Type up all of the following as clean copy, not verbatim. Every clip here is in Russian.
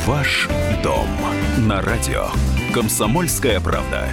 Ваш дом на радио «Комсомольская правда».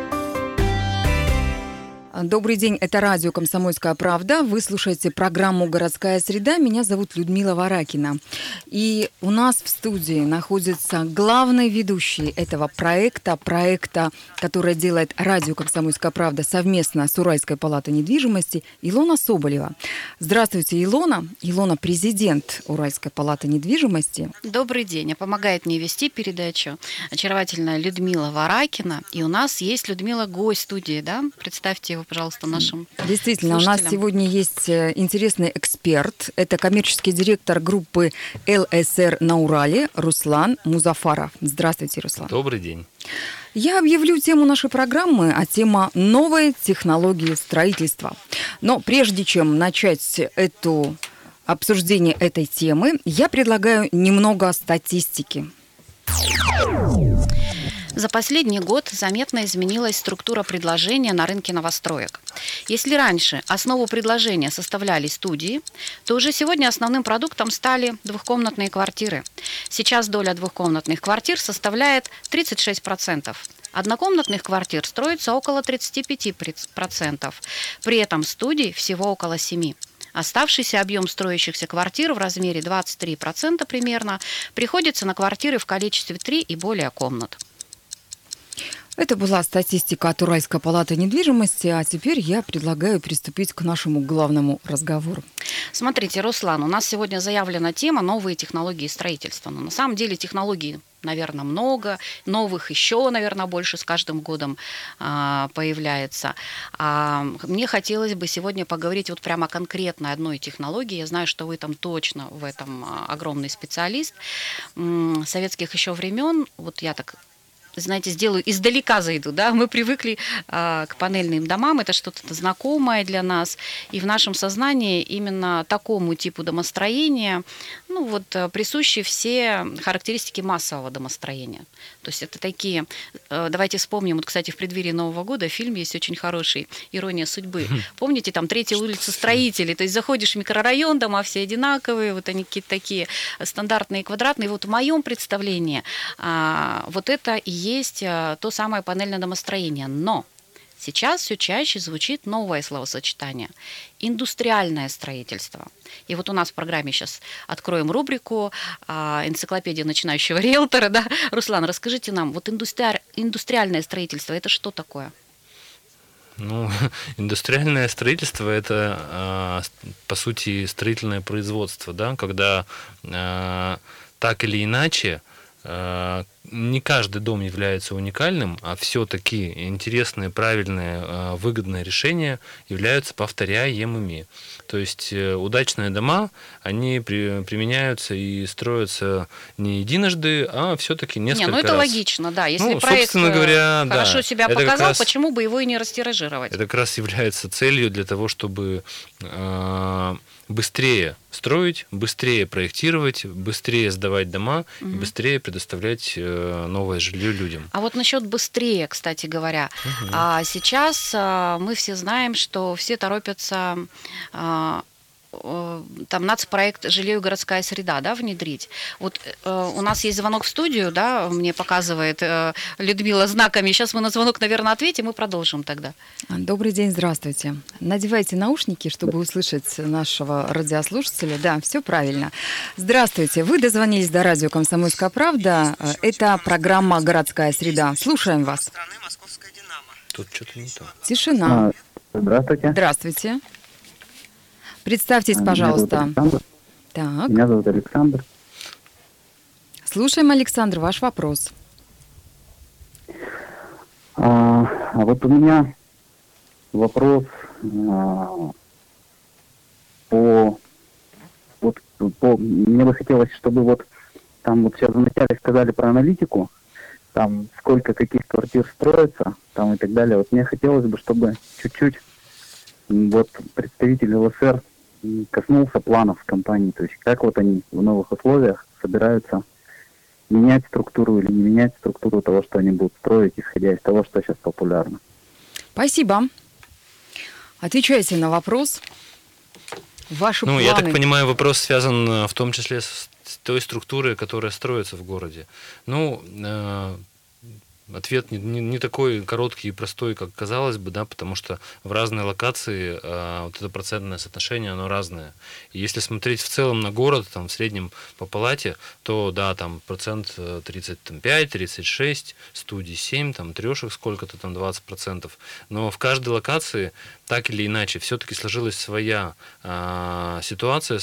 Добрый день, это радио «Комсомольская правда». Вы слушаете программу «Городская среда». Меня зовут Людмила Варакина. И у нас в студии находится главный ведущий этого проекта, который делает радио «Комсомольская правда» совместно с Уральской палатой недвижимости, Илона Соболева. Здравствуйте, Илона. Илона – президент Уральской палаты недвижимости. Добрый день. А помогает мне вести передачу очаровательная Людмила Варакина. И у нас есть, Людмила, гость студии, да? Представьте его, пожалуйста, нашим Действительно, слушателям. у нас сегодня есть интересный эксперт. Это коммерческий директор группы ЛСР на Урале Руслан Музафаров. Здравствуйте, Руслан. Добрый день. Я объявлю тему нашей программы, а тема «Новые технологии строительства». Но прежде чем начать обсуждение этой темы, я предлагаю немного статистики. За последний год заметно изменилась структура предложения на рынке новостроек. Если раньше основу предложения составляли студии, то уже сегодня основным продуктом стали двухкомнатные квартиры. Сейчас доля двухкомнатных квартир составляет 36%. Однокомнатных квартир строится около 35%. При этом студий всего около 7%. Оставшийся объем строящихся квартир в размере 23% примерно приходится на квартиры в количестве 3 и более комнат. Это была статистика от Уральской палаты недвижимости, а теперь я предлагаю приступить к нашему главному разговору. Смотрите, Руслан, у нас сегодня заявлена тема «Новые технологии строительства». Но на самом деле технологий, наверное, много, новых еще, наверное, больше с каждым годом появляется. Мне хотелось бы сегодня поговорить вот прямо конкретно о одной технологии. Я знаю, что вы там точно в этом огромный специалист. С советских еще времен, вот я так, знаете, сделаю, издалека зайду, да, мы привыкли к панельным домам, это что-то знакомое для нас, и в нашем сознании именно такому типу домостроения, присущи все характеристики массового домостроения. То есть это такие, давайте вспомним, вот, кстати, в преддверии Нового года фильм есть очень хороший «Ирония судьбы». Помните, там «Третья улица Строителей», то есть заходишь в микрорайон, дома все одинаковые, вот они какие-то такие стандартные, квадратные. Вот в моем представлении вот это и есть то самое панельное домостроение. Но сейчас все чаще звучит новое словосочетание – индустриальное строительство. И вот у нас в программе сейчас откроем рубрику «Энциклопедия начинающего риэлтора». Да? Руслан, расскажите нам, вот индустриальное строительство – это что такое? Индустриальное строительство – это, по сути, строительное производство, да? Когда так или иначе не каждый дом является уникальным, а все-таки интересные, правильные, выгодные решения являются повторяемыми. То есть удачные дома, они применяются и строятся не единожды, а все-таки несколько раз. Это логично, да. Если проект хорошо себя показал, почему бы его и не растиражировать? Это как раз является целью для того, чтобы быстрее строить, быстрее проектировать, быстрее сдавать дома и быстрее предоставлять новое жилье людям. А вот насчет быстрее, кстати говоря. Сейчас мы все знаем, что все торопятся там нацпроект «Жилье и городская среда», да, внедрить. Вот у нас есть звонок в студию, да, мне показывает Людмила знаками. Сейчас мы на звонок, наверное, ответим и продолжим тогда. Добрый день, здравствуйте. Надевайте наушники, чтобы услышать нашего радиослушателя. Да, все правильно. Здравствуйте. Вы дозвонились до радио «Комсомольская правда». Это программа «Городская среда». Слушаем вас. Тут что-то не то. Тишина. Здравствуйте. Здравствуйте. Представьтесь, пожалуйста. Меня зовут Александр. Слушаем, Александр, ваш вопрос. Вот у меня вопрос мне бы хотелось, чтобы там сейчас вначале сказали про аналитику, там сколько каких квартир строится, там и так далее. Вот мне хотелось бы, чтобы чуть-чуть представитель ЛСР коснулся планов компании, то есть как они в новых условиях собираются менять структуру или не менять структуру того, что они будут строить, исходя из того, что сейчас популярно. Спасибо. Отвечайте на вопрос. Ваши Ну, планы? я так понимаю, вопрос связан в том числе с той структурой, которая строится в городе. Ну, ответ не такой короткий и простой, как казалось бы, да, потому что в разные локации вот это процентное соотношение, оно разное. И если смотреть в целом на город, там, в среднем по палате, то, да, там процент 35-36, студий 7, там, трешек сколько-то, там, 20%. Но в каждой локации так или иначе все-таки сложилась своя ситуация,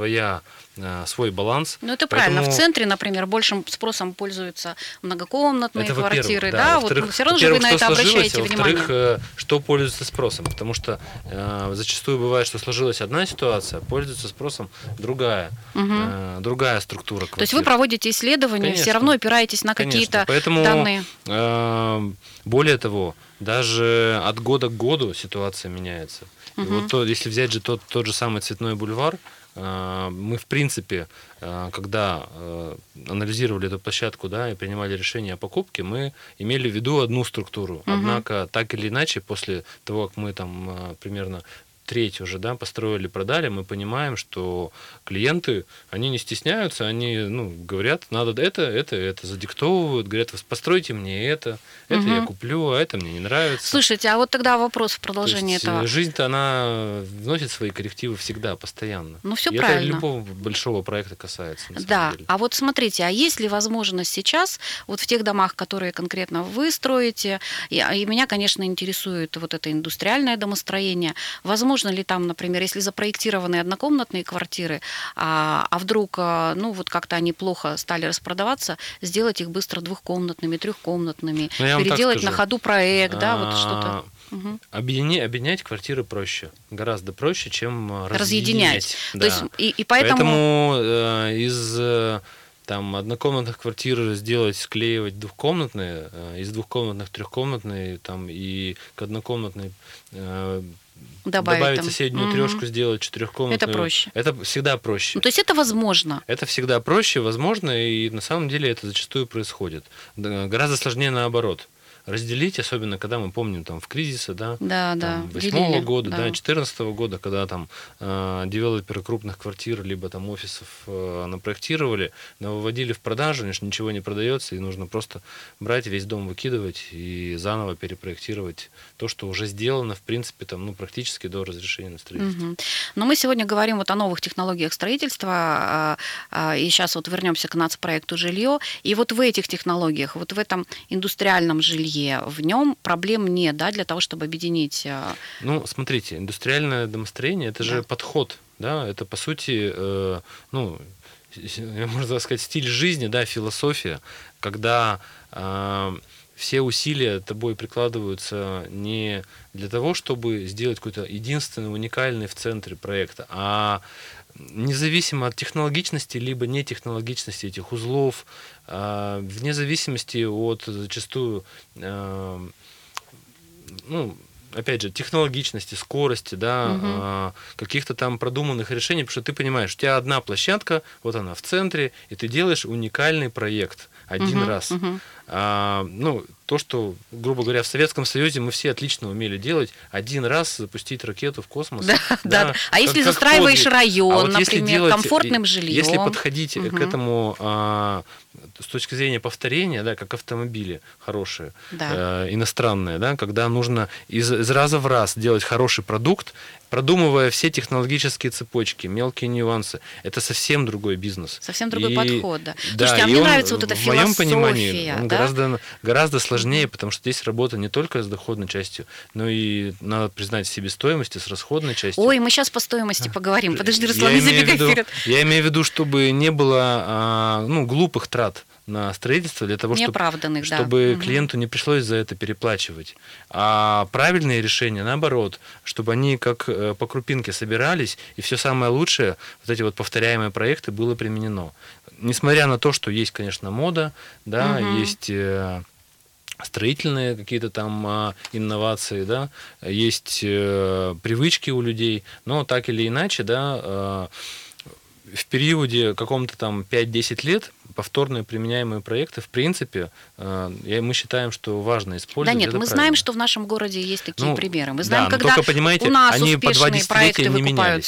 свой баланс. Ну, это правильно. В центре, например, большим спросом пользуются многокомнатные это, квартиры. Да, Да? Вот все равно же вы на это обращаете внимание. Во-вторых, что пользуется спросом? Потому что зачастую бывает, что сложилась одна ситуация, пользуется спросом другая структура квартир. То есть вы проводите исследования, Конечно. все равно опираетесь на какие-то данные. Поэтому, более того, даже от года к году ситуация меняется. И вот если взять же тот же самый Цветной бульвар, мы, в принципе, когда анализировали эту площадку, да, и принимали решение о покупке, мы имели в виду одну структуру. Однако, так или иначе, после того, как мы там примерно треть уже, да, построили, продали, мы понимаем, что клиенты, они не стесняются, они, говорят, надо это, задиктовывают, говорят, постройте мне это я куплю, а это мне не нравится. Слушайте, а вот тогда вопрос в продолжении этого. Жизнь-то, она вносит свои коррективы всегда, постоянно. Ну, все и правильно. Это любого большого проекта касается. На да, самом деле. А вот смотрите, а есть ли возможность сейчас, вот в тех домах, которые конкретно вы строите, и меня, конечно, интересует вот это индустриальное домостроение, возможно ли там, например, если запроектированы однокомнатные квартиры, а вдруг, вот как-то они плохо стали распродаваться, сделать их быстро двухкомнатными, трехкомнатными, переделать на ходу проект, да, вот что-то. Объединять квартиры проще, гораздо проще, чем разъединять. Да. То есть, и поэтому из однокомнатных квартир склеивать двухкомнатные, из двухкомнатных трехкомнатные, и к однокомнатной добавить соседнюю трешку, сделать четырехкомнатную. Это проще. Это всегда проще. То есть это возможно. Это всегда проще, возможно, и на самом деле это зачастую происходит. Гораздо сложнее наоборот. Разделить, особенно когда мы помним в кризисы, 2008 года, 2014 года, когда девелоперы крупных квартир, либо офисов напроектировали, выводили в продажу, ничего не продается, и нужно просто брать, весь дом выкидывать и заново перепроектировать то, что уже сделано, в принципе, практически до разрешения на строительство. Но мы сегодня говорим о новых технологиях строительства, и сейчас вернемся к нацпроекту «Жилье», и вот в этих технологиях, вот в этом индустриальном жилье, в нем проблем нет, для того, чтобы объединить. Смотрите, индустриальное домостроение – это же подход, это по сути, можно сказать, стиль жизни, философия, когда все усилия тобой прикладываются не для того, чтобы сделать какой-то единственный, уникальный в центре проекта, а независимо от технологичности либо нетехнологичности этих узлов, вне зависимости от зачастую, опять же, технологичности, скорости, каких-то продуманных решений, потому что ты понимаешь, у тебя одна площадка, вот она в центре, и ты делаешь уникальный проект один раз. То, что, грубо говоря, в Советском Союзе мы все отлично умели делать, один раз запустить ракету в космос. Да. А если застраиваешь район, например, комфортным жильем? Если подходить к этому с точки зрения повторения, как автомобили хорошие, иностранные, когда нужно из раза в раз делать хороший продукт, продумывая все технологические цепочки, мелкие нюансы, это совсем другой бизнес. Совсем другой подход, да. Слушайте, мне нравится вот эта философия. В моем понимании он гораздо сложнее, потому что здесь работа не только с доходной частью, но и, надо признать, себестоимостью, с расходной частью. Ой, мы сейчас по стоимости поговорим. Подожди, Руслан, не забегай вперед. Я имею в виду, чтобы не было глупых трат на строительство, для того, чтобы клиенту не пришлось за это переплачивать. А правильные решения, наоборот, чтобы они как по крупинке собирались, и все самое лучшее, вот эти повторяемые проекты, было применено. Несмотря на то, что есть, конечно, мода, есть строительные какие-то инновации, есть привычки у людей, но так или иначе, в периоде каком-то 5-10 лет повторные применяемые проекты, в принципе, мы считаем, что важно использовать. Да нет, мы знаем, что в нашем городе есть такие примеры. Мы знаем, когда только, понимаете, у нас они по 2 проекты не выкупаются.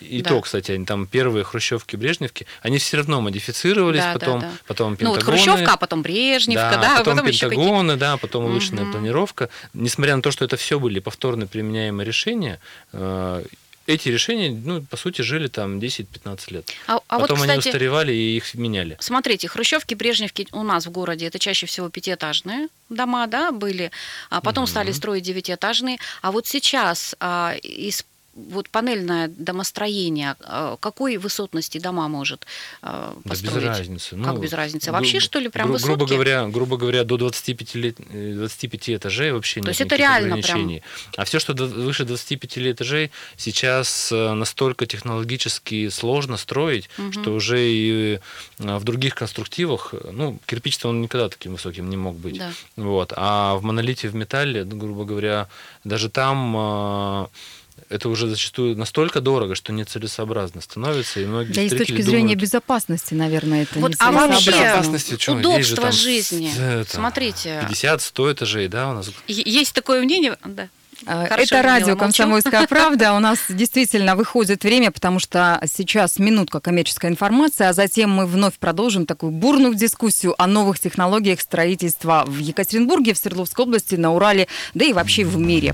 И Да. то, кстати, они там первые хрущевки, брежневки, они все равно модифицировались, Да, потом, да, да. потом Ну, вот пентагоны. Хрущевка, а потом Брежневка, да, потом еще какие-то. пентагоны, да, потом улучшенная Мгм. планировка. Несмотря на то, что это все были повторно применяемые решения, эти решения, ну, по сути, жили там 10-15 лет. А вот, Потом они кстати, устаревали и их меняли. смотрите, хрущевки, брежневки у нас в городе это чаще всего пятиэтажные дома, да, были, а потом стали строить девятиэтажные. А вот сейчас вот панельное домостроение, какой высотности дома может построить? Да без разницы. Как без разницы? Вообще, что ли, прям грубо высотки? говоря, до 25 этажей вообще То нет есть это никаких реально ограничений. А все, что выше 25 этажей, сейчас настолько технологически сложно строить, что уже и в других конструктивах, ну, кирпич-то он никогда таким высоким не мог быть. Да. Вот. А в монолите, в металле, грубо говоря, даже там это уже зачастую настолько дорого, что нецелесообразно становится, и многие Да и с строители точки зрения думают, безопасности, наверное, это Вот, не а вообще безопасности, чё, есть же удобство там жизни. Смотрите. 50-100 этажей, да, у нас. Есть такое мнение, да. Хорошо, Это Людмила, радио молчу. «Комсомольская правда». У нас действительно выходит время, потому что сейчас минутка коммерческой информации, а затем мы вновь продолжим такую бурную дискуссию о новых технологиях строительства в Екатеринбурге, в Свердловской области, на Урале, да и вообще в мире.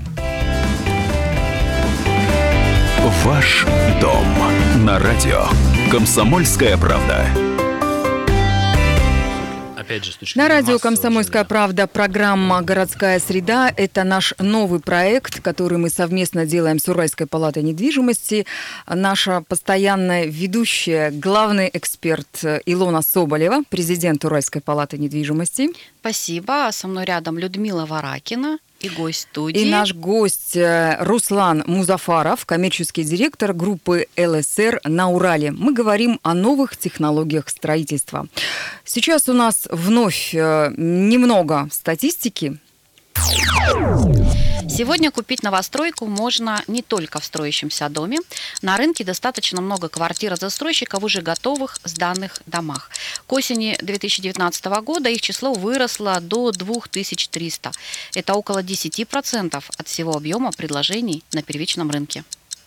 Ваш дом на радио «Комсомольская правда». Опять же, с точки На зрения радио массового «Комсомольская жилья. правда» программа «Городская среда». Это наш новый проект, который мы совместно делаем с Уральской палатой недвижимости. Наша постоянная ведущая, главный эксперт Илона Соболева, президент Уральской палаты недвижимости. Спасибо. Со мной рядом Людмила Варакина и гость студии. И наш гость Руслан Музафаров, коммерческий директор группы ЛСР на Урале. Мы говорим о новых технологиях строительства. Сейчас у нас вновь немного статистики. Сегодня купить новостройку можно не только в строящемся доме. На рынке достаточно много квартир от застройщиков в уже готовых сданных домах. К осени 2019 года их число выросло до 2300. Это около 10% от всего объема предложений на первичном рынке.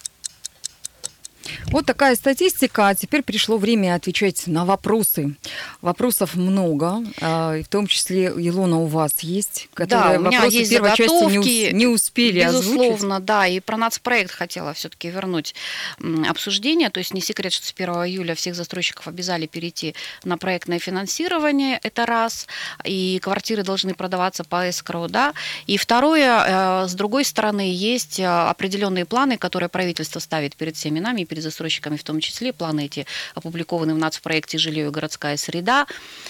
Вот такая статистика. А теперь пришло время отвечать на вопросы. Вопросов много, и в том числе, Илона, у вас есть, которые у меня вопросы есть первой части заготовки, не успели безусловно, озвучить. да. И про нацпроект хотела все-таки вернуть обсуждение. То есть не секрет, что с 1 июля всех застройщиков обязали перейти на проектное финансирование. Это раз. И квартиры должны продаваться по эскроу, да. И второе, с другой стороны, есть определенные планы, которые правительство ставит перед всеми нами, перед застройщиками в том числе. Планы эти опубликованы в нацпроекте «Жилье и городская среда».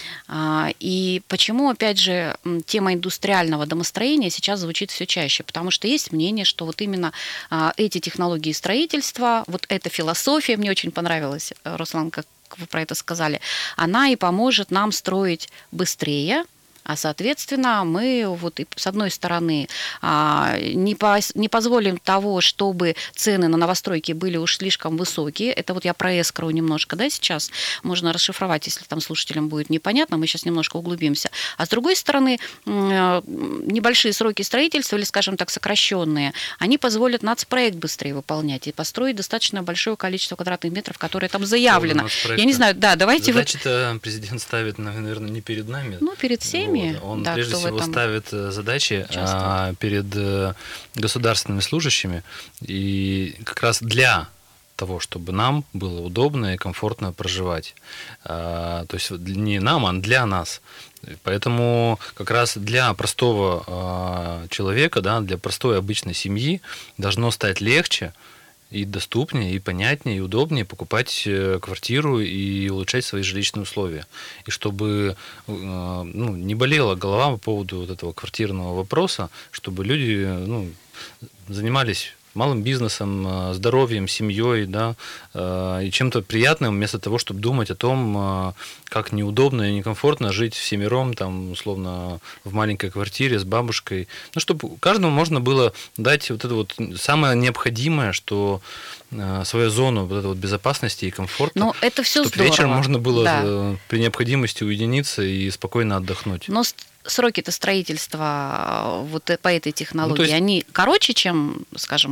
И почему, опять же, тема индустриального домостроения сейчас звучит все чаще? Потому что есть мнение, что вот именно эти технологии строительства, вот эта философия, мне очень понравилась, Руслан, как вы про это сказали, она и поможет нам строить быстрее. А, соответственно, мы вот и с одной стороны не позволим того, чтобы цены на новостройки были уж слишком высокие. Это вот я про эскроу немножко, да, сейчас можно расшифровать, если там слушателям будет непонятно, мы сейчас немножко углубимся. А с другой стороны, небольшие сроки строительства, или, скажем так, сокращенные, они позволят нацпроект быстрее выполнять и построить достаточно большое количество квадратных метров, которое там заявлено. Я не знаю, да, давайте Задачи-то президент ставит, наверное, не перед нами. Ну, перед всеми. Вот. Он да, прежде всего ставит задачи перед государственными служащими. И как раз для того, чтобы нам было удобно и комфортно проживать. То есть не нам, а для нас. Поэтому как раз для простого человека, да, для простой обычной семьи должно стать легче и доступнее, и понятнее, и удобнее покупать квартиру и улучшать свои жилищные условия. И чтобы не болела голова по поводу вот этого квартирного вопроса, чтобы люди занимались малым бизнесом, здоровьем, семьей, да, и чем-то приятным, вместо того, чтобы думать о том, как неудобно и некомфортно жить всемиром, там, условно, в маленькой квартире с бабушкой. Ну, чтобы каждому можно было дать вот это вот самое необходимое, что свою зону вот этой вот безопасности и комфорта. Но это все чтобы здорово. вечером можно было при необходимости уединиться и спокойно отдохнуть. Но сроки-то строительства вот по этой технологии, Ну, то есть... они короче, чем, скажем,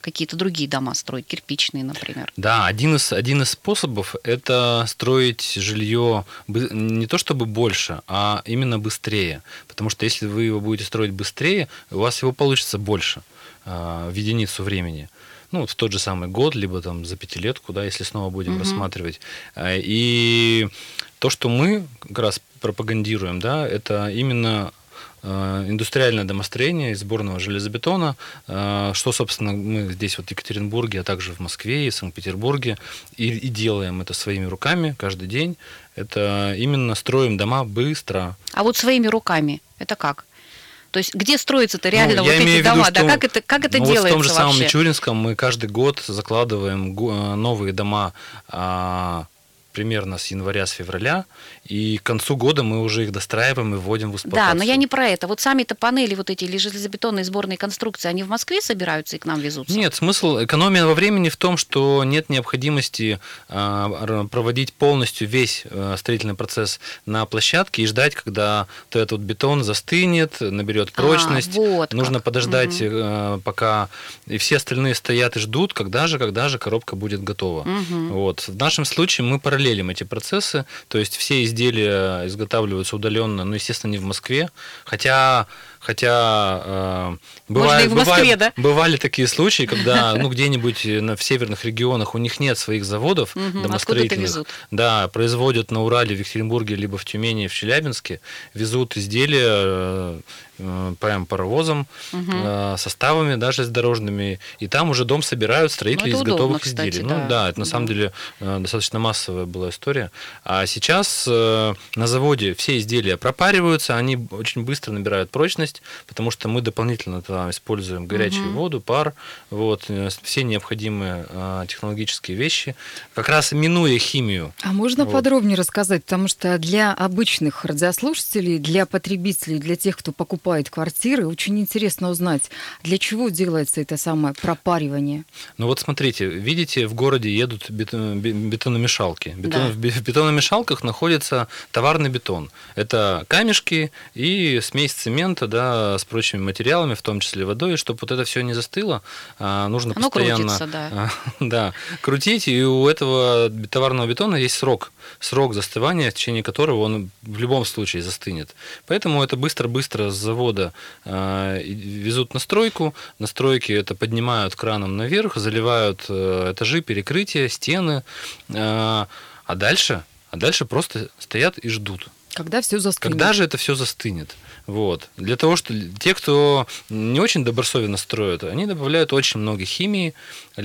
какие-то другие дома строить, кирпичные, например? Да, один из способов – это строить жилье не то чтобы больше, а именно быстрее. Потому что если вы его будете строить быстрее, у вас его получится больше в единицу времени. Ну, в тот же самый год, либо там за пятилетку, да, если снова будем рассматривать. И то, что мы как раз пропагандируем, да, это именно индустриальное домостроение из сборного железобетона, что, собственно, мы здесь вот в Екатеринбурге, а также в Москве и в Санкт-Петербурге и делаем это своими руками каждый день. Это именно строим дома быстро. А вот своими руками это как? То есть где строятся-то реально вот эти Виду, дома? что, да, как это делается вот в том же вообще? самом Мичуринском мы каждый год закладываем новые дома примерно с января, с февраля, и к концу года мы уже их достраиваем и вводим в эксплуатацию. Да, но я не про это. Вот сами-то панели, вот эти или железобетонные сборные конструкции, они в Москве собираются и к нам везутся? Нет, смысл, экономия во времени в том, что нет необходимости проводить полностью весь строительный процесс на площадке и ждать, когда этот бетон застынет, наберет прочность. Вот нужно как. подождать, пока и все остальные стоят и ждут, когда же коробка будет готова. Вот. В нашем случае мы параллелим эти процессы, то есть все изделия изготавливаются удаленно, но, естественно, не в Москве, хотя бывали такие случаи, когда где-нибудь в северных регионах у них нет своих заводов домостроительных, да, производят на Урале, в Екатеринбурге, либо в Тюмени, в Челябинске, везут изделия прям паровозом, составами даже дорожными, и там уже дом собирают строители из готовых изделий. Да, это на самом деле достаточно массовая была история. А сейчас на заводе все изделия пропариваются, они очень быстро набирают прочность, потому что мы дополнительно там используем горячую воду, пар, вот, все необходимые технологические вещи, как раз минуя химию. А можно подробнее рассказать, потому что для обычных радиослушателей, для потребителей, для тех, кто покупает квартиры, очень интересно узнать, для чего делается это самое пропаривание? Ну вот смотрите, видите, в городе едут бетономешалки. В бетономешалках находится товарный бетон. Это камешки и смесь цемента, да, с прочими материалами, в том числе водой, и чтобы вот это все не застыло, нужно постоянно крутится, крутить, и у этого товарного бетона есть срок застывания, в течение которого он в любом случае застынет. Поэтому это быстро-быстро с завода везут на стройку, на стройке это поднимают краном наверх, заливают этажи, перекрытия, стены, а дальше просто стоят и ждут. Когда все застынет. Когда же это все застынет? Вот. Для того, что те, кто не очень добросовестно строят, они добавляют очень много химии,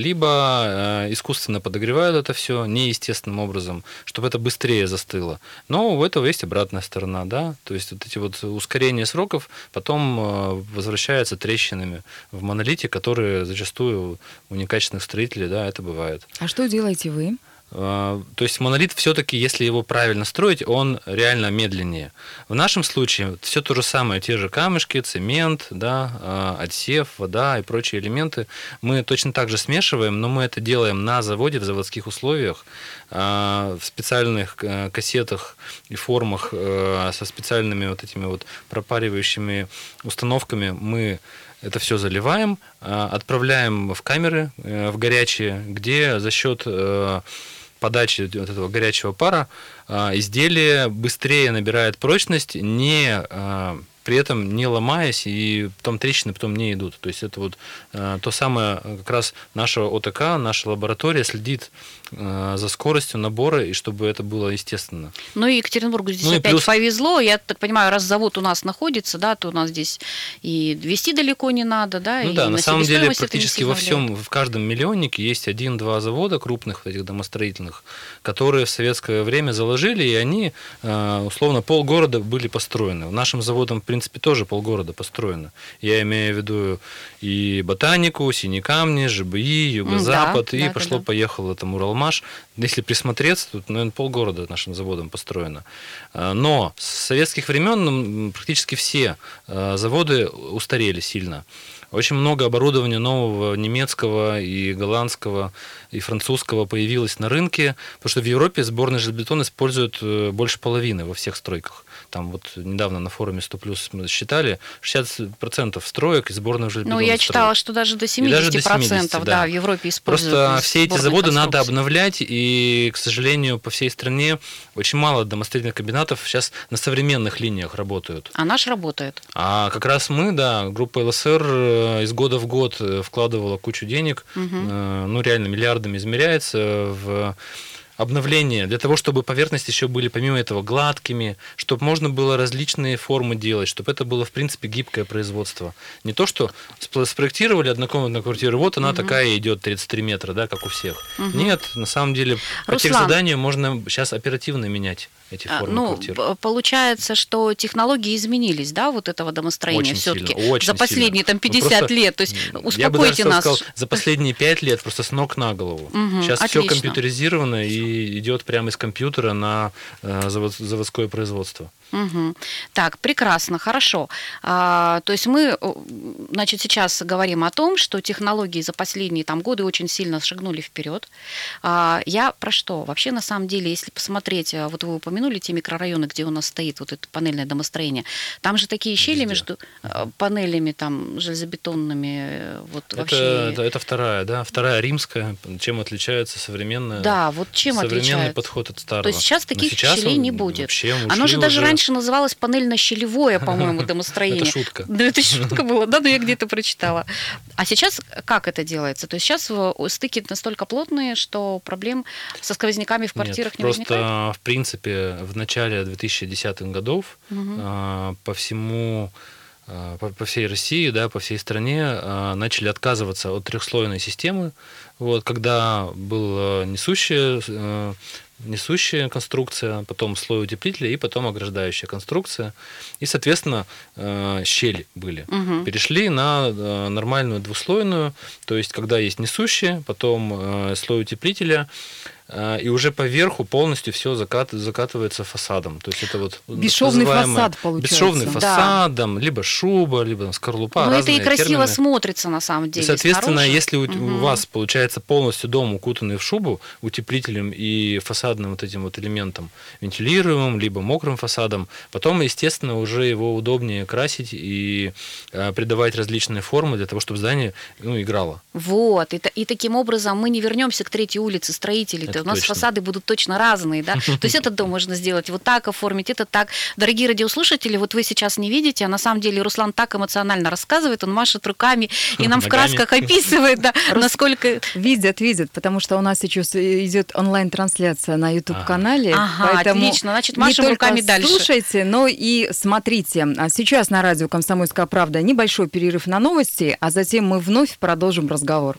либо искусственно подогревают это все неестественным образом, чтобы это быстрее застыло. Но у этого есть обратная сторона, да, то есть вот эти вот ускорения сроков потом возвращаются трещинами в монолите, которые зачастую у некачественных строителей, да, это бывает. А что делаете вы? То есть монолит все-таки, если его правильно строить, он реально медленнее. В нашем случае все то же самое, те же камешки, цемент, да, отсев, вода и прочие элементы мы точно так же смешиваем, но мы это делаем на заводе, в заводских условиях, в специальных кассетах и формах со специальными вот этими вот пропаривающими установками мы это все заливаем, отправляем в камеры, в горячие, где за счет подачи вот этого горячего пара изделие быстрее набирает прочность, при этом не ломаясь, и потом трещины потом не идут. То есть это вот то самое, как раз наша ОТК, наша лаборатория следит за скоростью набора, и чтобы это было естественно. Ну и Екатеринбургу здесь опять повезло. Я так понимаю, раз завод у нас находится, да, то у нас здесь и везти далеко не надо, да. Ну да, на самом деле практически во всем, в каждом миллионнике есть 1-2 завода крупных этих домостроительных, которые в советское время заложили, и они, условно, полгорода были построены. Нашим заводом, в принципе, тоже полгорода построено. Я имею в виду и Ботанику, Синие Камни, ЖБИ, Юго-Запад, и пошло-поехало там Уралмаш. если присмотреться, тут, наверное, полгорода нашим заводом построено. Но с советских времен практически все заводы устарели сильно. Очень много оборудования нового немецкого и голландского и французского появилось на рынке, потому что в Европе сборный железобетон используют больше половины во всех стройках. Там вот недавно на форуме 100+, мы считали, 60% строек и сборного железобетона. Ну, я читала, что даже до 70%, даже до 70%, да, в Европе используют. Просто все эти заводы надо конструкции. обновлять, и, к сожалению, по всей стране очень мало домостроительных комбинатов сейчас на современных линиях работают. А наш работает. А как раз мы, да, группа ЛСР из года в год вкладывала кучу денег, ну, реально миллиардами измеряется в обновление, для того, чтобы поверхности еще были, помимо этого, гладкими, чтобы можно было различные формы делать, чтобы это было, в принципе, гибкое производство. Не то, что спроектировали однокомнатную квартиру, вот она такая идет 33 метра, да, как у всех. Нет, на самом деле, по техзаданию можно сейчас оперативно менять эти формы квартир. Получается, что технологии изменились, да, вот этого домостроения все-таки за последние там 50 лет. То есть успокойте я бы даже нас. сказал, за последние 5 лет просто с ног на голову. Сейчас все компьютеризировано и идет прямо из компьютера на заводское производство. Так, прекрасно, хорошо. То есть мы, значит, сейчас говорим о том, что технологии за последние там годы очень сильно шагнули вперед. Я про что? Вообще, на самом деле, если посмотреть, вот вы упомянули те микрорайоны, где у нас стоит вот это панельное домостроение, там же такие щели между панелями там железобетонными. Вот это вторая римская. Чем отличается современная? Да, вот чем современный отличается? подход от старого. То есть сейчас таких щелей не будет. Оно же уже даже раньше называлось панельно-щелевое, по-моему, домостроение. Это шутка. Да, это шутка была, да, но я где-то прочитала. А сейчас как это делается? То есть сейчас стыки настолько плотные, что проблем со сквозняками в квартирах не возникает? Просто, в принципе, в начале 2010-х годов по всей России, да, по всей стране начали отказываться от трехслойной системы. Вот, когда была несущая конструкция, потом слой утеплителя и потом ограждающая конструкция. И, соответственно, щели были. Перешли на нормальную двуслойную, то есть когда есть несущая, потом слой утеплителя, и уже поверху полностью все закатывается фасадом. То есть это вот бесшовный фасад получается. Бесшовный фасад, либо шуба, либо скорлупа. Но это и красиво термины. Смотрится на самом деле. И, соответственно, снаружи. если у вас получается полностью дом укутанный в шубу утеплителем и фасадным вот этим вот элементом, вентилируемым, либо мокрым фасадом, потом, естественно, уже его удобнее красить и придавать различные формы для того, чтобы здание играло. Вот. И таким образом мы не вернемся к Третьей улице строителей. У нас фасады будут точно разные, да. То есть этот дом можно сделать вот так, оформить, это так. Дорогие радиослушатели, вот вы сейчас не видите, а на самом деле Руслан так эмоционально рассказывает, он машет руками и нам в красках описывает, да, насколько... Видят, потому что у нас сейчас идет онлайн-трансляция на YouTube-канале. Поэтому отлично, значит, машем руками дальше. Слушайте, но и смотрите. А сейчас на радио «Комсомольская правда» небольшой перерыв на новости, а затем мы вновь продолжим разговор.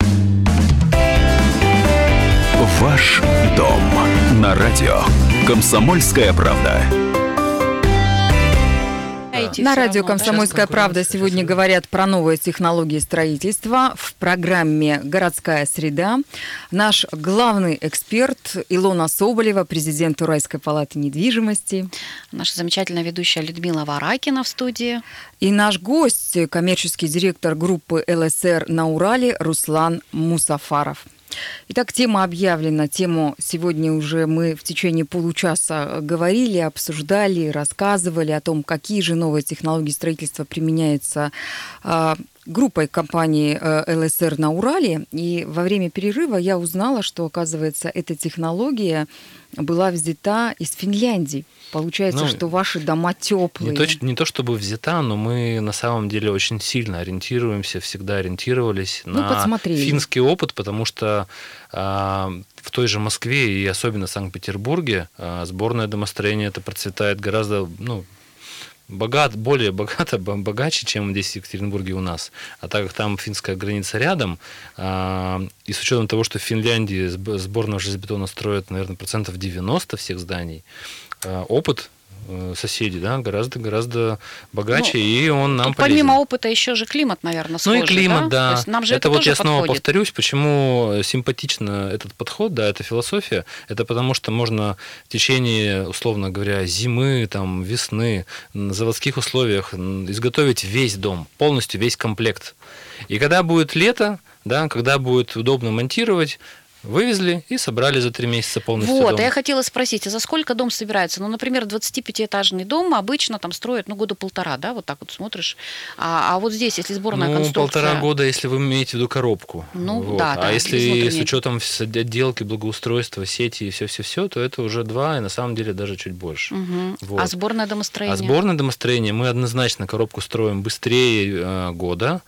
Ваш дом на радио «Комсомольская правда». На радио «Комсомольская правда» сегодня говорят про новые технологии строительства в программе «Городская среда». Наш главный эксперт Илона Соболева, президент Уральской палаты недвижимости. Наша замечательная ведущая Людмила Варакина в студии. И наш гость, коммерческий директор группы ЛСР на Урале Руслан Мусафаров. Итак, тема объявлена. Тему сегодня уже мы в течение получаса говорили, обсуждали, рассказывали о том, какие же новые технологии строительства применяются группой компании ЛСР на Урале. И во время перерыва я узнала, что, оказывается, эта технология была взята из Финляндии. Получается, что ваши дома теплые. Не то чтобы взята, но мы на самом деле очень сильно ориентируемся, всегда ориентировались на финский опыт, потому что в той же Москве и особенно в Санкт-Петербурге сборное домостроение это процветает гораздо богаче, чем здесь в Екатеринбурге у нас. А так как там финская граница рядом, и с учетом того, что в Финляндии сборного железобетона строят, наверное, 90% всех зданий, опыт соседи, да, гораздо богаче, и он нам тут полезен. Помимо опыта еще же климат, наверное, схожий, Ну и климат, да. То есть нам же это вот тоже я снова подходит. повторюсь, почему симпатично этот подход, да, эта философия. Это потому, что можно в течение, условно говоря, зимы, там, весны, на заводских условиях изготовить весь дом, полностью весь комплект. И когда будет лето, да, когда будет удобно монтировать, вывезли и собрали за 3 месяца полностью Вот, дом. а я хотела спросить, а за сколько дом собирается? Ну, например, 25-этажный дом обычно там строят, года 1,5, да, вот так вот смотришь. А вот здесь, если сборная конструкция... 1,5 года, если вы имеете в виду коробку. Ну, вот. да, А если без с учетом отделки, благоустройства, сети и все-все-все, то это уже 2, и на самом деле даже чуть больше. Угу. Вот. А сборное домостроение? А сборное домостроение мы однозначно коробку строим быстрее года.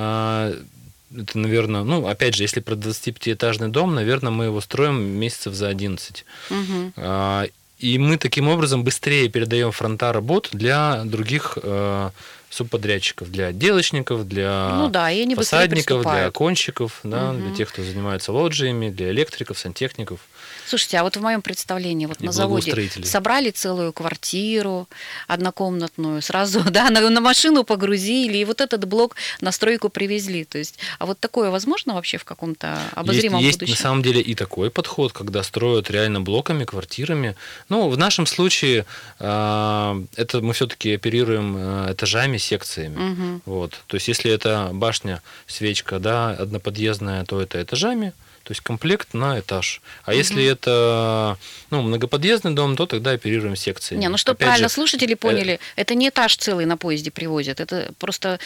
Это, наверное, опять же, если про 25-этажный дом, наверное, мы его строим месяцев за 11. Угу. И мы таким образом быстрее передаем фронта работ для других субподрядчиков, для отделочников, для и они фасадников, для оконщиков, да, для тех, кто занимается лоджиями, для электриков, сантехников. Слушайте, а вот в моем представлении вот на заводе собрали целую квартиру однокомнатную, сразу на машину погрузили, и вот этот блок на стройку привезли. То есть, а вот такое возможно вообще в каком-то обозримом будущем? Есть на самом деле и такой подход, когда строят реально блоками, квартирами. В нашем случае это мы все-таки оперируем этажами, секциями. Угу. Вот. То есть, если это башня, свечка, да, одноподъездная, то это этажами. То есть комплект на этаж. А если это многоподъездный дом, то тогда оперируем секциями. Чтобы правильно слушатели поняли, это не этаж целый на поезде привозят, это просто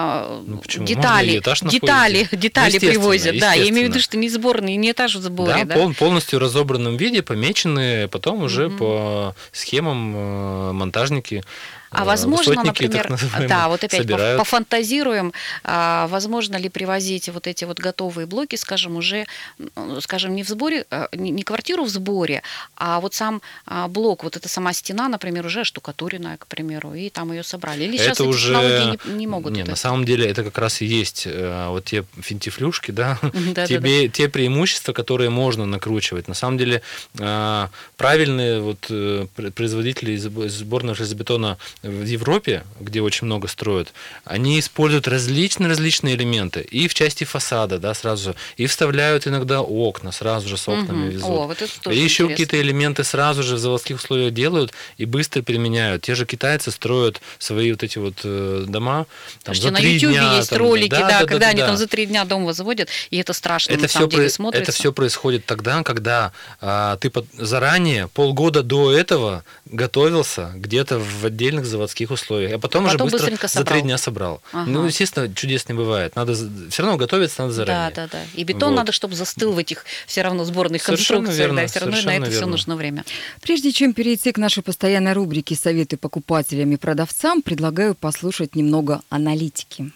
детали привозят. Да, я имею в виду, что не сборный, не этаж в сборе. Да, полностью в разобранном виде, помечены, потом уже по схемам монтажники. А возможно, например, вот опять собирают. Пофантазируем, возможно ли привозить вот эти вот готовые блоки, скажем, уже, не в сборе, не квартиру в сборе, а вот сам блок, вот эта сама стена, например, уже оштукатуренная, к примеру, и там ее собрали. Или сейчас эти технологии не могут? Нет, на самом деле это как раз и есть вот те финтифлюшки, те преимущества, которые можно накручивать. На самом деле правильные производители сборного железобетона в Европе, где очень много строят, они используют различные элементы. И в части фасада, сразу же. И вставляют иногда окна, сразу же с окнами везут. Вот это тоже и еще интересно. какие-то элементы сразу же в заводских условиях делают и быстро применяют. Те же китайцы строят свои вот эти дома там, за 3 дня. На YouTube есть ролики, когда они там да. за 3 дня дом возводят, и это страшно, это на самом деле смотрится. Это все происходит тогда, когда ты заранее, полгода до этого готовился где-то в отдельных заводских условиях, а потом уже быстро за 3 дня собрал. Ага. Естественно, чудес не бывает. Надо все равно готовиться надо заранее. Да. И бетон надо, чтобы застыл в этих все равно сборных конструкциях. Верно, все равно на это все нужно время. Прежде чем перейти к нашей постоянной рубрике «Советы покупателям и продавцам», предлагаю послушать немного аналитики.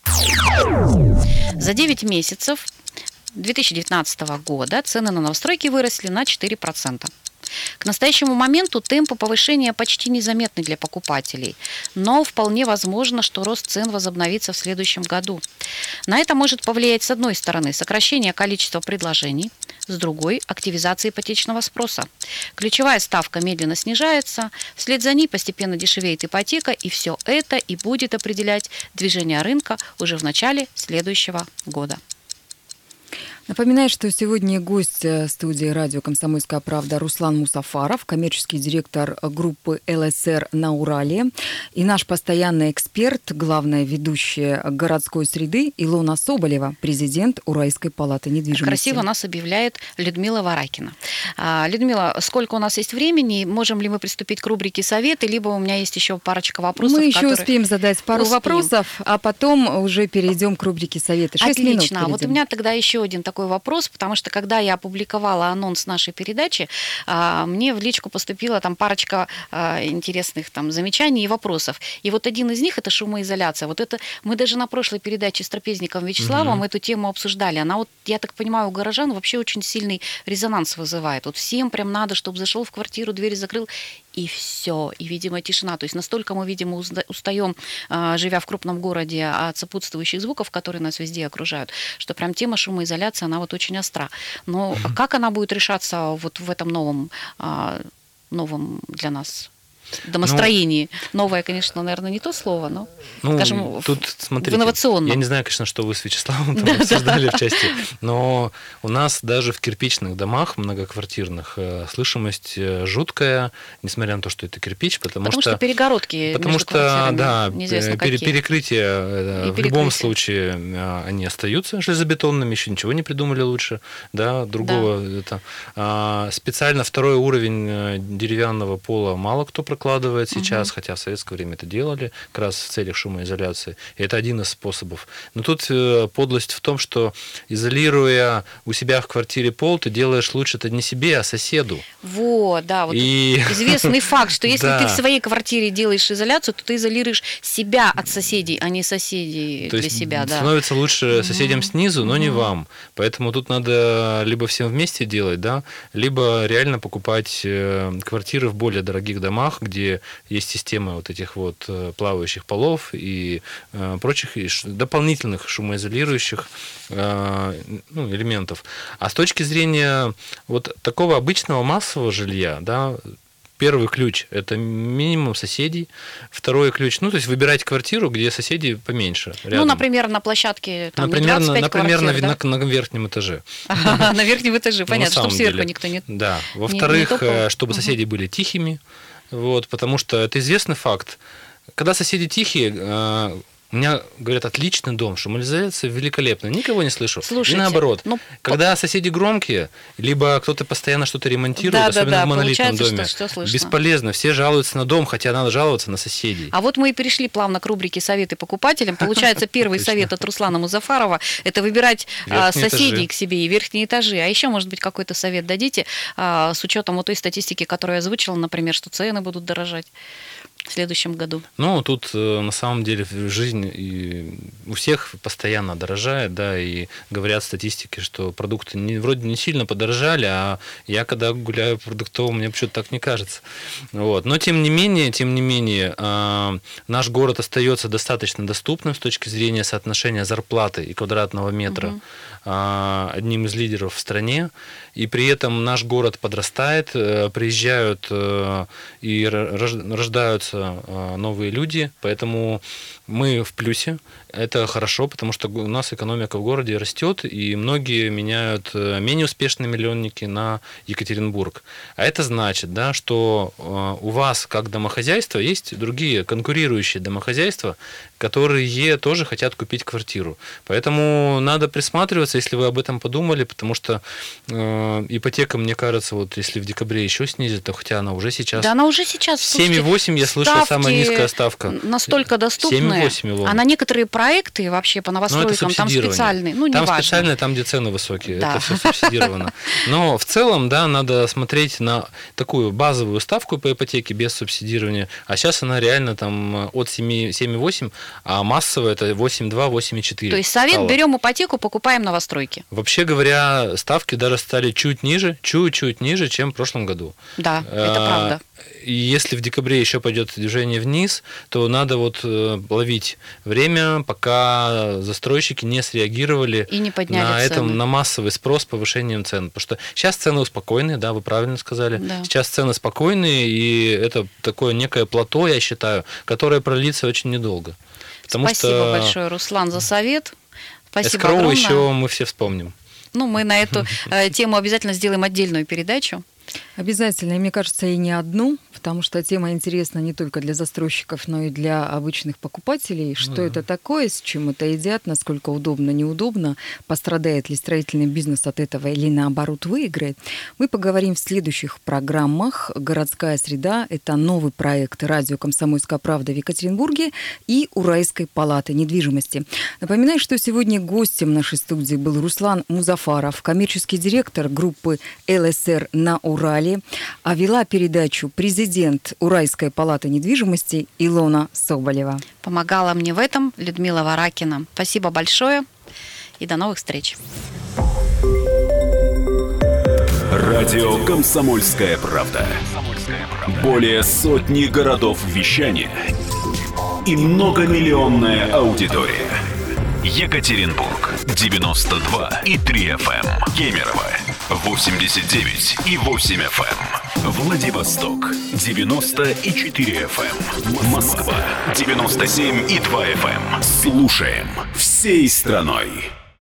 За 9 месяцев 2019 года цены на новостройки выросли на 4%. К настоящему моменту темпы повышения почти незаметны для покупателей, но вполне возможно, что рост цен возобновится в следующем году. На это может повлиять, с одной стороны, сокращение количества предложений, с другой – активизация ипотечного спроса. Ключевая ставка медленно снижается, вслед за ней постепенно дешевеет ипотека, и все это и будет определять движение рынка уже в начале следующего года. Напоминаю, что сегодня гость студии радио «Комсомольская правда» Руслан Мусафаров, коммерческий директор группы ЛСР на Урале, и наш постоянный эксперт, главная ведущая городской среды Илона Соболева, президент Уральской палаты недвижимости. Красиво нас объявляет Людмила Варакина. Людмила, сколько у нас есть времени? Можем ли мы приступить к рубрике «Советы», либо у меня есть еще парочка вопросов? Мы еще успеем задать пару вопросов, а потом уже перейдем к рубрике «Советы». 6 минут. Отлично. Вот у меня тогда еще один такой вопрос, потому что когда я опубликовала анонс нашей передачи, мне в личку поступила там парочка интересных там замечаний и вопросов. И вот один из них – это шумоизоляция. Вот это мы даже на прошлой передаче с трапезником Вячеславом эту тему обсуждали. Она вот, я так понимаю, у горожан вообще очень сильный резонанс вызывает. Вот всем прям надо, чтобы зашел в квартиру, дверь закрыл, и все, и, видимо, тишина. То есть настолько мы, видимо, устаем, живя в крупном городе, от сопутствующих звуков, которые нас везде окружают, что прям тема шумоизоляции, она вот очень остра. Но как она будет решаться вот в этом новом для нас домостроении. Новое, конечно, наверное, не то слово, но, скажем, тут, смотрите, в инновационном. Я не знаю, конечно, что вы с Вячеславом там обсуждали в части, но у нас даже в кирпичных домах многоквартирных слышимость жуткая, несмотря на то, что это кирпич, потому что перегородки между квартирами неизвестно какие. Перекрытия в любом случае они остаются железобетонными, еще ничего не придумали лучше, да, другого это. Специально второй уровень деревянного пола мало кто прокладывает сейчас, хотя в советское время это делали, как раз в целях шумоизоляции. И это один из способов. Но тут подлость в том, что изолируя у себя в квартире пол, ты делаешь лучше-то не себе, а соседу. Вот, да, вот известный факт, что если ты в своей квартире делаешь изоляцию, то ты изолируешь себя от соседей, а не соседей для себя. Да. Становится лучше соседям снизу, но не вам. Поэтому тут надо либо всем вместе делать, да, либо реально покупать квартиры в более дорогих домах, где есть система вот этих вот плавающих полов и прочих дополнительных шумоизолирующих элементов. А с точки зрения вот такого обычного массового жилья, да, первый ключ – это минимум соседей. Второй ключ – то есть выбирать квартиру, где соседи поменьше. Рядом. Например, на площадке там, например, 25 квартир, на верхнем этаже. На верхнем этаже, понятно, чтобы сверху никто не... Да. Во-вторых, чтобы соседи были тихими, потому что это известный факт. Когда соседи тихие... У меня, говорят, отличный дом, шумоизоляция великолепная, никого не слышу. Слушайте, и наоборот, когда соседи громкие, либо кто-то постоянно что-то ремонтирует, особенно в монолитном доме, что бесполезно, все жалуются на дом, хотя надо жаловаться на соседей. А вот мы и перешли плавно к рубрике «Советы покупателям». Получается, первый совет от Руслана Музафарова – это выбирать соседей к себе и верхние этажи. А еще, может быть, какой-то совет дадите с учетом вот той статистики, которую я озвучила, например, что цены будут дорожать в следующем году? Тут на самом деле жизнь у всех постоянно дорожает, да, и говорят статистики, что продукты вроде не сильно подорожали, а я когда гуляю по продуктовому, мне почему-то так не кажется. Но тем не менее, наш город остается достаточно доступным с точки зрения соотношения зарплаты и квадратного метра, одним из лидеров в стране, и при этом наш город подрастает, приезжают и рождаются новые люди, поэтому мы в плюсе. Это хорошо, потому что у нас экономика в городе растет, и многие меняют менее успешные миллионники на Екатеринбург. А это значит, да, что у вас, как домохозяйство, есть другие конкурирующие домохозяйства, которые тоже хотят купить квартиру. Поэтому надо присматриваться, если вы об этом подумали, потому что ипотека, мне кажется, вот если в декабре еще снизит, то хотя она уже сейчас... Да, она уже сейчас. 7,8, я слышал, самая низкая ставка. Настолько доступная. 7,8. А на некоторые проекты вообще по новостройкам там специальные. Там специальные, там, где цены высокие. Да. Это все субсидировано. Но в целом, да, надо смотреть на такую базовую ставку по ипотеке без субсидирования. А сейчас она реально там от 7,8, а массовая это 8,2, 8,4. То есть совет: берем ипотеку, покупаем новостройки. Вообще говоря, ставки даже стали чуть ниже, чем в прошлом году. Да, это правда. И если в декабре еще пойдет движение вниз, то надо ловить время, пока застройщики не среагировали и не подняли цены. На массовый спрос повышением цен. Потому что сейчас цены успокоенные, да, вы правильно сказали. Да. Сейчас цены спокойные, и это такое некое плато, я считаю, которое продлится очень недолго. Спасибо большое, Руслан, за совет. Спасибо эскроу огромное. Еще мы все вспомним. Мы на эту тему обязательно сделаем отдельную передачу. Обязательно, и мне кажется, и не одну, потому что тема интересна не только для застройщиков, но и для обычных покупателей. Что это такое, с чем это едят, насколько удобно, неудобно, пострадает ли строительный бизнес от этого или наоборот выиграет. Мы поговорим в следующих программах. «Городская среда» — это новый проект радио «Комсомольская правда» в Екатеринбурге и Уральской палаты недвижимости. Напоминаю, что сегодня гостем нашей студии был Руслан Музафаров, коммерческий директор группы ЛСР на Урале, а вела передачу президент Уральской палаты недвижимости Илона Соболева. Помогала мне в этом Людмила Варакина. Спасибо большое и до новых встреч. Радио «Комсомольская правда». Более сотни городов вещания и многомиллионная аудитория. Екатеринбург 92,3 FM. Кемерово 89,8 FM. Владивосток 90,4 FM. Москва 97,2 FM. Слушаем всей страной.